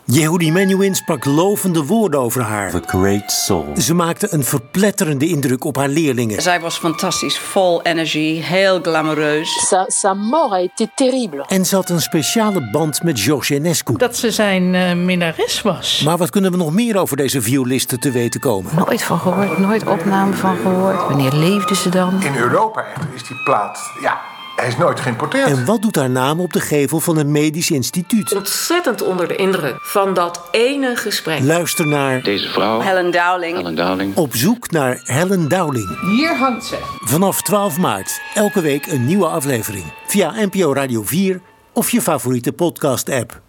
Yehudi Menuhin sprak lovende woorden over haar. A great soul. Ze maakte een verpletterende indruk op haar leerlingen. Zij was fantastisch, vol energie, heel glamoureus. Sa mort a été terrible. En ze had een speciale band met George Enescu. Dat ze zijn minnares was. Maar wat kunnen we nog meer over deze violiste te weten komen? Nooit van gehoord, nooit opname van gehoord. Wanneer leefde ze dan? In Europa is die plaat, hij is nooit geïmporteerd. En wat doet haar naam op de gevel van een medisch instituut? Ontzettend onder de indruk van dat ene gesprek. Luister naar Deze vrouw, Helen Dowling. Op zoek naar Helen Dowling. Hier hangt ze. Vanaf 12 maart, elke week een nieuwe aflevering. Via NPO Radio 4 of je favoriete podcast-app.